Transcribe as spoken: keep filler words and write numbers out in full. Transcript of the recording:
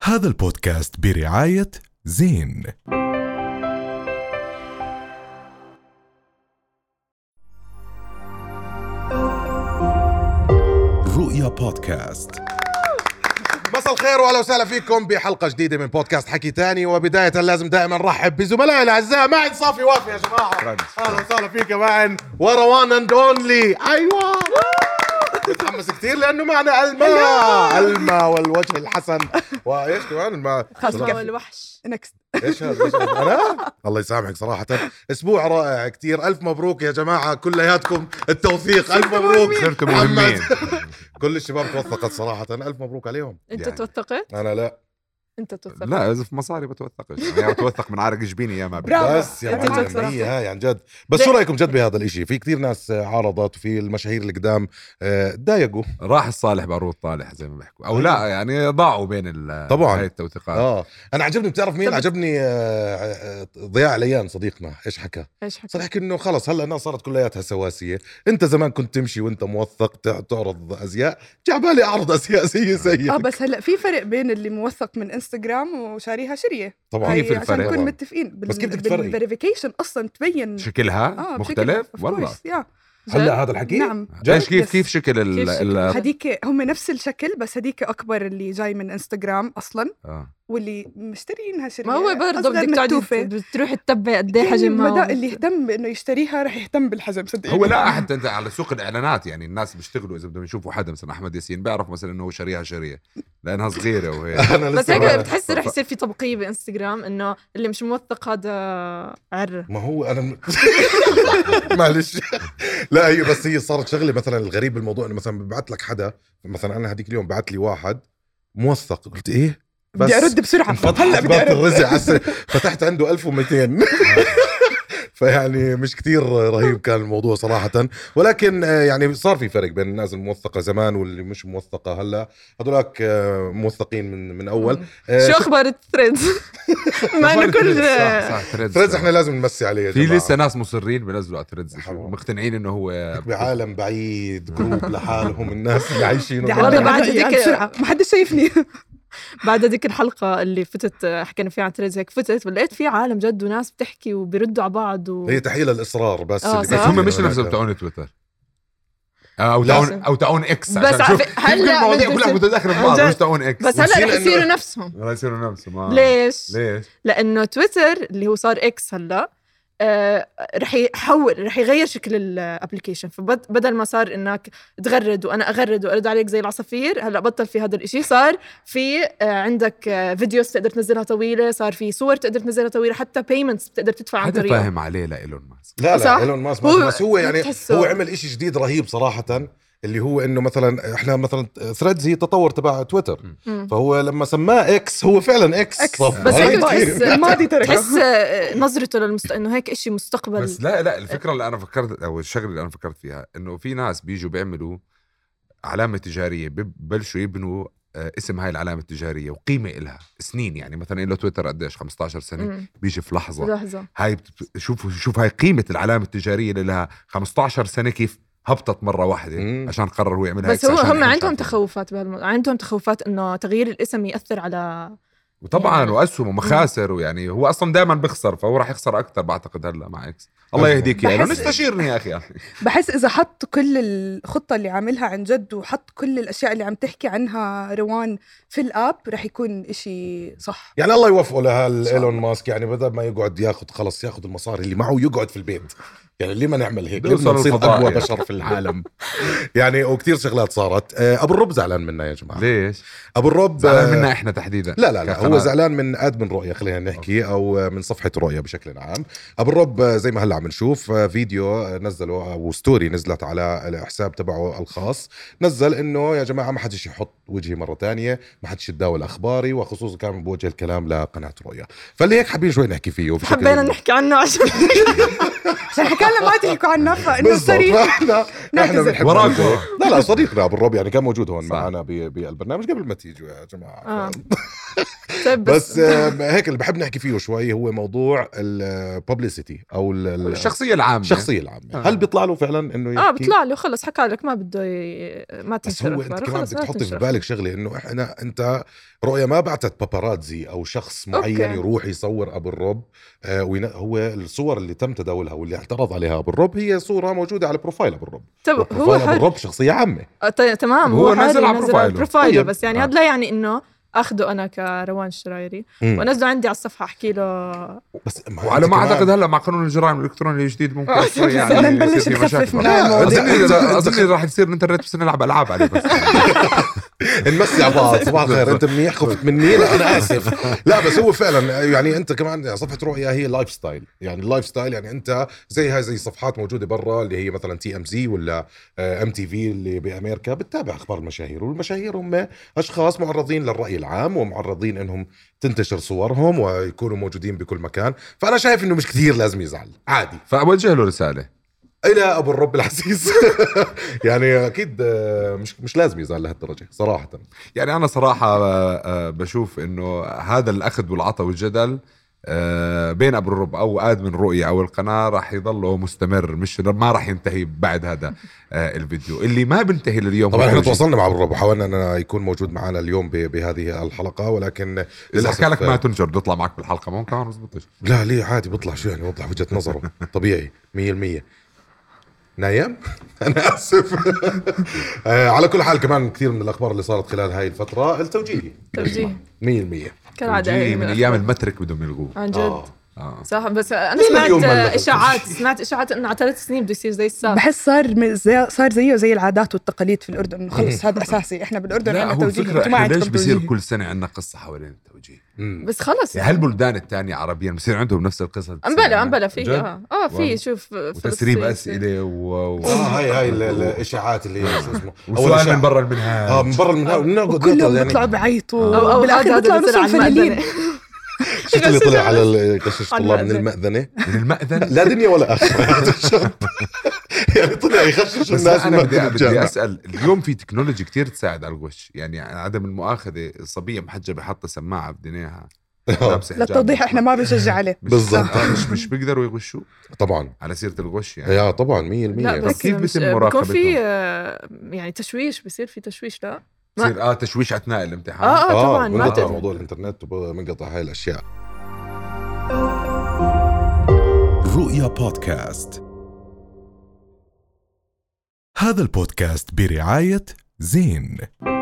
هذا البودكاست برعاية زين. رؤيا بودكاست. مساء الخير واهلا وسهلا فيكم بحلقه جديده من بودكاست حكي تاني. وبدايه لازم دائما نرحب بزملائي الاعزاء معن صافي وافي. يا جماعه اهلا وسهلا فيك معن وروان اند اونلي. ايوه متحمس كثير لانه معنا الما الما والوجه الحسن وايش كمان الما خاصة والوحش نكست. ايش هذا انا الله يسامحك صراحه. اسبوع رائع كثير. الف مبروك يا جماعه كلياتكم التوثيق. الف مبروك صرتوا مهمين. كل الشباب توثقت صراحه. الف مبروك عليهم. انت يعني. توثقت؟ انا لا انت توثقت؟ لا اذا في مصاري بتوثقش يعني بتوثق من عرق جبيني يا ما بس يا أنت معلم توثقت. هي هاي عن جد. بس شو رايكم جد بهذا الاشي؟ في كثير ناس عارضت وفي المشاهير اللي قدام تضايقوا. راح الصالح بارود طالح زي ما بيحكوا او لا يعني ضاعوا بين طبعا هاي التوثيقات. اه انا عجبني. بتعرف مين طب... عجبني؟ آه ضياء عليان صديقنا. ايش حكى؟ ايش حكى؟ صار يحكي انه خلص هلا الناس صارت كلياتها سواسيه. انت زمان كنت تمشي وانت موثق تعرض ازياء، جعبالي اعرض ازياء زي زيك. اه بس هلا في فرق بين اللي موثق من انستغرام وشاريها شريه. طبعا كيف عشان الفرق؟ نكون متفقين بال... بس كيف بدك تفرقي؟ بالفيريفيكيشن اصلا تبين شكلها اه مختلف والله. يا هلا هذا الحكي نعم. ايش كيف بس كيف شكل ال كيف شكل؟ ال هديك هم نفس الشكل بس هديك اكبر اللي جاي من انستغرام اصلا آه. واللي مشترينها شريه. ما هو برضه أصغر بدك تقعد مكتوفة. بتروح تتبع قد ايه يعني حجمها مدى اللي يهتم بانه يشتريها رح يهتم بالحجم صدقني. هو لا حتى انت على سوق الاعلانات يعني الناس بيشتغلوا اذا بدهم يشوفوا حدا مثلا احمد ياسين بيعرف مثلا انه هو شاريها شريه لانها صغيره وهيك. انا بس لسه هيك ما- بتحس رح يصير في طبقية بانستغرام انه اللي مش موثق هذا عر. ما هو انا م- معلش. لا هي بس هي صارت شغله. مثلا الغريب بالموضوع انه مثلا ببعث لك حدا، مثلا انا هديك اليوم بعث لي واحد موثق قلت ايه بدي ارد بسرعه انفتح هلا بدي باب ارد. الرزق عسل فتحت عنده ألف ومئتين. فيعني مش كتير رهيب كان الموضوع صراحة. ولكن آه، يعني صار في فرق بين الناس الموثقة زمان واللي مش موثقة هلا. هذولاك آه، موثقين من من أول. آه، شو اخبار الثريدز؟ ما انه كل صح صح ثريدز. فريز احنا لازم نمسي عليه يا في جماعة. لسه ناس مصرين بينزلوا على ثريدز حرام. مقتنعين انه هو بعالم بعيد جروب لحالهم الناس اللي عايشين بدي والله أعرف بعد رأيي. هديك- بسرعه ما حدش شايفني. بعد هذيك الحلقة اللي فتت حكينا فيها عن ثريدز هيك فتت ولقيت في عالم جد وناس بتحكي وبيردوا على بعض و... هي تحية للإصرار بس. آه، اللي صح. بس هم مش بيحكي نفسهم هناك. بتوعون تويتر او لا. تاعون او تاعون اكس بس عشان على شوف فك- كل هلا المواضيع بده كلها يصير- متداخله عن ببعض جد. مش تاعون اكس بس هلا رح ويصير إنه- يصيروا نفسهم. ولا يصيروا نفسهم آه. ليش؟ ليش؟ لأنه تويتر اللي هو صار إكس هلا آه رح يحول رح يغير شكل الابليكيشن. فبدل ما صار انك تغرد وانا اغرد وارد عليك زي العصافير، هلا بطل في هذا الاشي. صار في آه عندك آه فيديوز تقدر تنزلها طويله، صار في صور تقدر تنزلها طويله، حتى بيمنتس بتقدر تدفع عن هذا طريقه. فاهم عليه لإيلون ماسك. لا صح؟ لا إيلون ماسك هو- بس هو يعني بتحسه- هو عمل إشي جديد رهيب صراحة، اللي هو انه مثلا احنا مثلا ثريدز هي تطور تبع تويتر. مم. فهو لما سماه اكس هو فعلا اكس, إكس. صف. بس هاي هيك كتير. بحس الماضي تركه. تحس آه، نظرته للمست انه هيك اشي مستقبل. بس لا لا الفكره اللي انا فكرت او الشغله اللي انا فكرت فيها انه في ناس بيجوا بيعملوا علامه تجاريه ببلشوا يبنوا آه، اسم هاي العلامه التجاريه وقيمه إلها سنين. يعني مثلا له تويتر قديش خمسة عشر سنه مم. بيجي في لحظه لحظه هاي بت- شوف شوف هاي قيمه العلامه التجاريه اللي لها خمسة عشر سنه كيف هبطت مره واحده مم. عشان قرر هو يعملها بس إكس هو عشان هم إحنا مش عندهم عارفين. تخوفات بهالموضوع، عندهم تخوفات انه تغيير الاسم ياثر على وطبعا يعني- واسهم ومخاسر ويعني هو اصلا دائما بيخسر فهو راح يخسر اكثر بعتقد هلا مع اكس. الله يهديك يا بحس- ايلون استشيرني يا اخي. بحس إذا حط كل الخطة اللي عاملها عن جد وحط كل الأشياء اللي عم تحكي عنها روان في الآب رح يكون إشي صح. يعني الله يوفقه لهالايلون ماسك. يعني بدل ما يقعد ياخذ خلص ياخذ المصاري اللي معه يقعد في البيت. يعني ليه ما نعمل هيك؟ ليه بيوصل ما نصير الفضاء اقوى يعني. بشر في العالم؟ يعني وكثير شغلات صارت. آه، ابو الرب زعلان منا يا جماعه. ليش؟ ابو الرب زعلان آه، منا احنا تحديدا؟ لا لا لا كقناة. هو زعلان من ادمن رؤيا خلينا نحكي او من صفحه رؤيا بشكل عام. ابو الرب زي ما هلا عم نشوف فيديو نزله او ستوري نزلت على الحساب تبعه الخاص، نزل انه يا جماعه ما حدش يحط وجهي مره تانية، ما حدش يتداول اخباري، وخصوصا كان بوجه الكلام لقناه رؤيا. فاللي هيك حابين شوي نحكي فيه بشكل حبينا نحكي عنه عشان عشان حكالنا ما تحكوا عنه فإنه بالضبط. صريح. احنا احنا نعتذر. بنحب وراك نعمل هيك. لا لا صديقنا ابو الرب يعني كان موجود هون صح. معنا ب- بالبرنامج قبل ما تيجوا يا جماعه. آه. طيب بس آه، هيك اللي بحب نحكي فيه شوي هو موضوع الببليسيتي او ال- الشخصيه العامه الشخصيه العامه. آه. هل بيطلع له فعلا انه يحكي؟ اه بيطلع له خلص حكى لك ما بده ي... ما بس تنشر هو انت أخباره، كمان خلص بدك ما تحطي في تنشر. بالك شغله انه احنا انت رؤيا ما بعتت باباراتزي او شخص معين أوكي. يروح يصور ابو الرب. آه وين- هو الصور اللي تم تداولها واللي اعترض عليها ابو الرب هي صوره موجوده على بروفايل ابو الرب. طب هو بروفايل ابو حر الرب شخصيه عامه. آه، ط- تمام هو هو نزل نزل على على بروفايله. بروفايله طيب. بس يعني آه. هذا لا يعني انه اخده انا كروان الشرايري مم. وانزله عندي على الصفحه احكي له. بس وعلى ما اعتقد هلا مع قانون الجرائم الالكترونيه الجديد ممكن آه، شوي بدنا يعني نبلش يصير في نخفف مشاكل. من لا، هالمواضيع. أنت- اظن راح يصير الانترنت بس نلعب العاب عليه بس. نمسي على بعض. صباح الخير، انت منيح خفت مني؟ لا انا اسف. لا بس هو فعلا يعني انت كمان صفحه رؤيا هي لايف ستايل. يعني اللايف ستايل يعني انت زي هاي زي صفحات موجوده برا اللي هي مثلا تي ام زي ولا ام تي في اللي بامريكا بتتابع اخبار المشاهير، والمشاهير هم اشخاص معرضين للراي العام ومعرضين انهم تنتشر صورهم ويكونوا موجودين بكل مكان. فانا شايف انه مش كثير لازم يزعل، عادي. فاوجه له رساله الى ابو الرب العزيز. يعني اكيد آه، مش مش لازم يزعل لهالدرجه صراحه. يعني انا صراحه آه، آه، بشوف انه هذا الاخذ والعطاء والجدل آه، بين ابو الرب او ادمن رؤيا او القناه راح يضله مستمر، مش ما راح ينتهي بعد هذا آه، الفيديو اللي ما بنتهي لليوم. طبعا احنا أول شيء. تواصلنا مع ابو الرب وحاولنا اننا يكون موجود معنا اليوم ب- بهذه الحلقه، ولكن اذا حكى لك ما آه، تنشر بيطلع معك بالحلقه ممكن ما نزبطش. لا ليه عادي بيطلع شو يعني بيطلع وجهه نظره طبيعي مية بالمية. نايم. انا اسف. آه، على كل حال كمان كثير من الاخبار اللي صارت خلال هاي الفتره التوجيهي توجيه مية بالمية. كالعاده جاي هي من ايام المترك بدهم يلغوه. عن جد آه. آه. صح. بس انا مين اليوم سمعت بلغ؟ اشاعات سمعت اشاعات انه على ثلاث سنين بده يصير زي السابق. بحس صار م- زي صار زيه زي العادات والتقاليد في الاردن، انه خلص هذا اساسي، احنا بالاردن لا عندنا هو توجيه، الفكره انتم ما احنا ليش عندكم بصير توجيه. كل سنه عندنا قصه حوالين التوجيه؟ مم. بس خلص يعني هالبلدان الثانيه عربيا بصير عندهم نفس القصه؟ امبلا امبلا في جد؟ اه اه في والله. شوف وتسريب فلسطين. اسئله و... و... اه هاي هاي ال- ال- الاشاعات اللي هي شو اسمه وسؤال إشاعة- من برا المنهاج. اه من برا المنهاج نقعد كلهم نقعد بيطلعوا يعني. بعيطوا او او بالاخر هذا بيطلعوا هذا نصهم بيصير على فنانين. المأذنة. شفت اللي طلع على ال- كشش على طلاب من المأذنة. المأذنة؟ من المأذن. لا دنيا ولا آخرة. هذا الشاب يعني طلع يخشش بس الناس انا من بدي, مأذنة بدي الجامعة. اسال، اليوم في تكنولوجي كتير تساعد على الغش، يعني عدم المؤاخذه الصبيه محجبه حاطه سماعه بدنياها لابسه حجاب. للتوضيح احنا ما بنشجع عليه. مش- بالضبط. آه، مش مش بيقدروا يغشوا طبعا على سيره الغش يعني. يا طبعا مية لا بالمية. بس كيف مش- بيتم بيكون مراقبتهم؟ في آه، يعني تشويش، بيصير في تشويش. لا ما- بصير اه تشويش اثناء الامتحان. اه اه طبعا ما منقطع تقدر. موضوع الانترنت ومنقطع هاي الاشياء. رؤيا بودكاست. هذا البودكاست برعاية زين.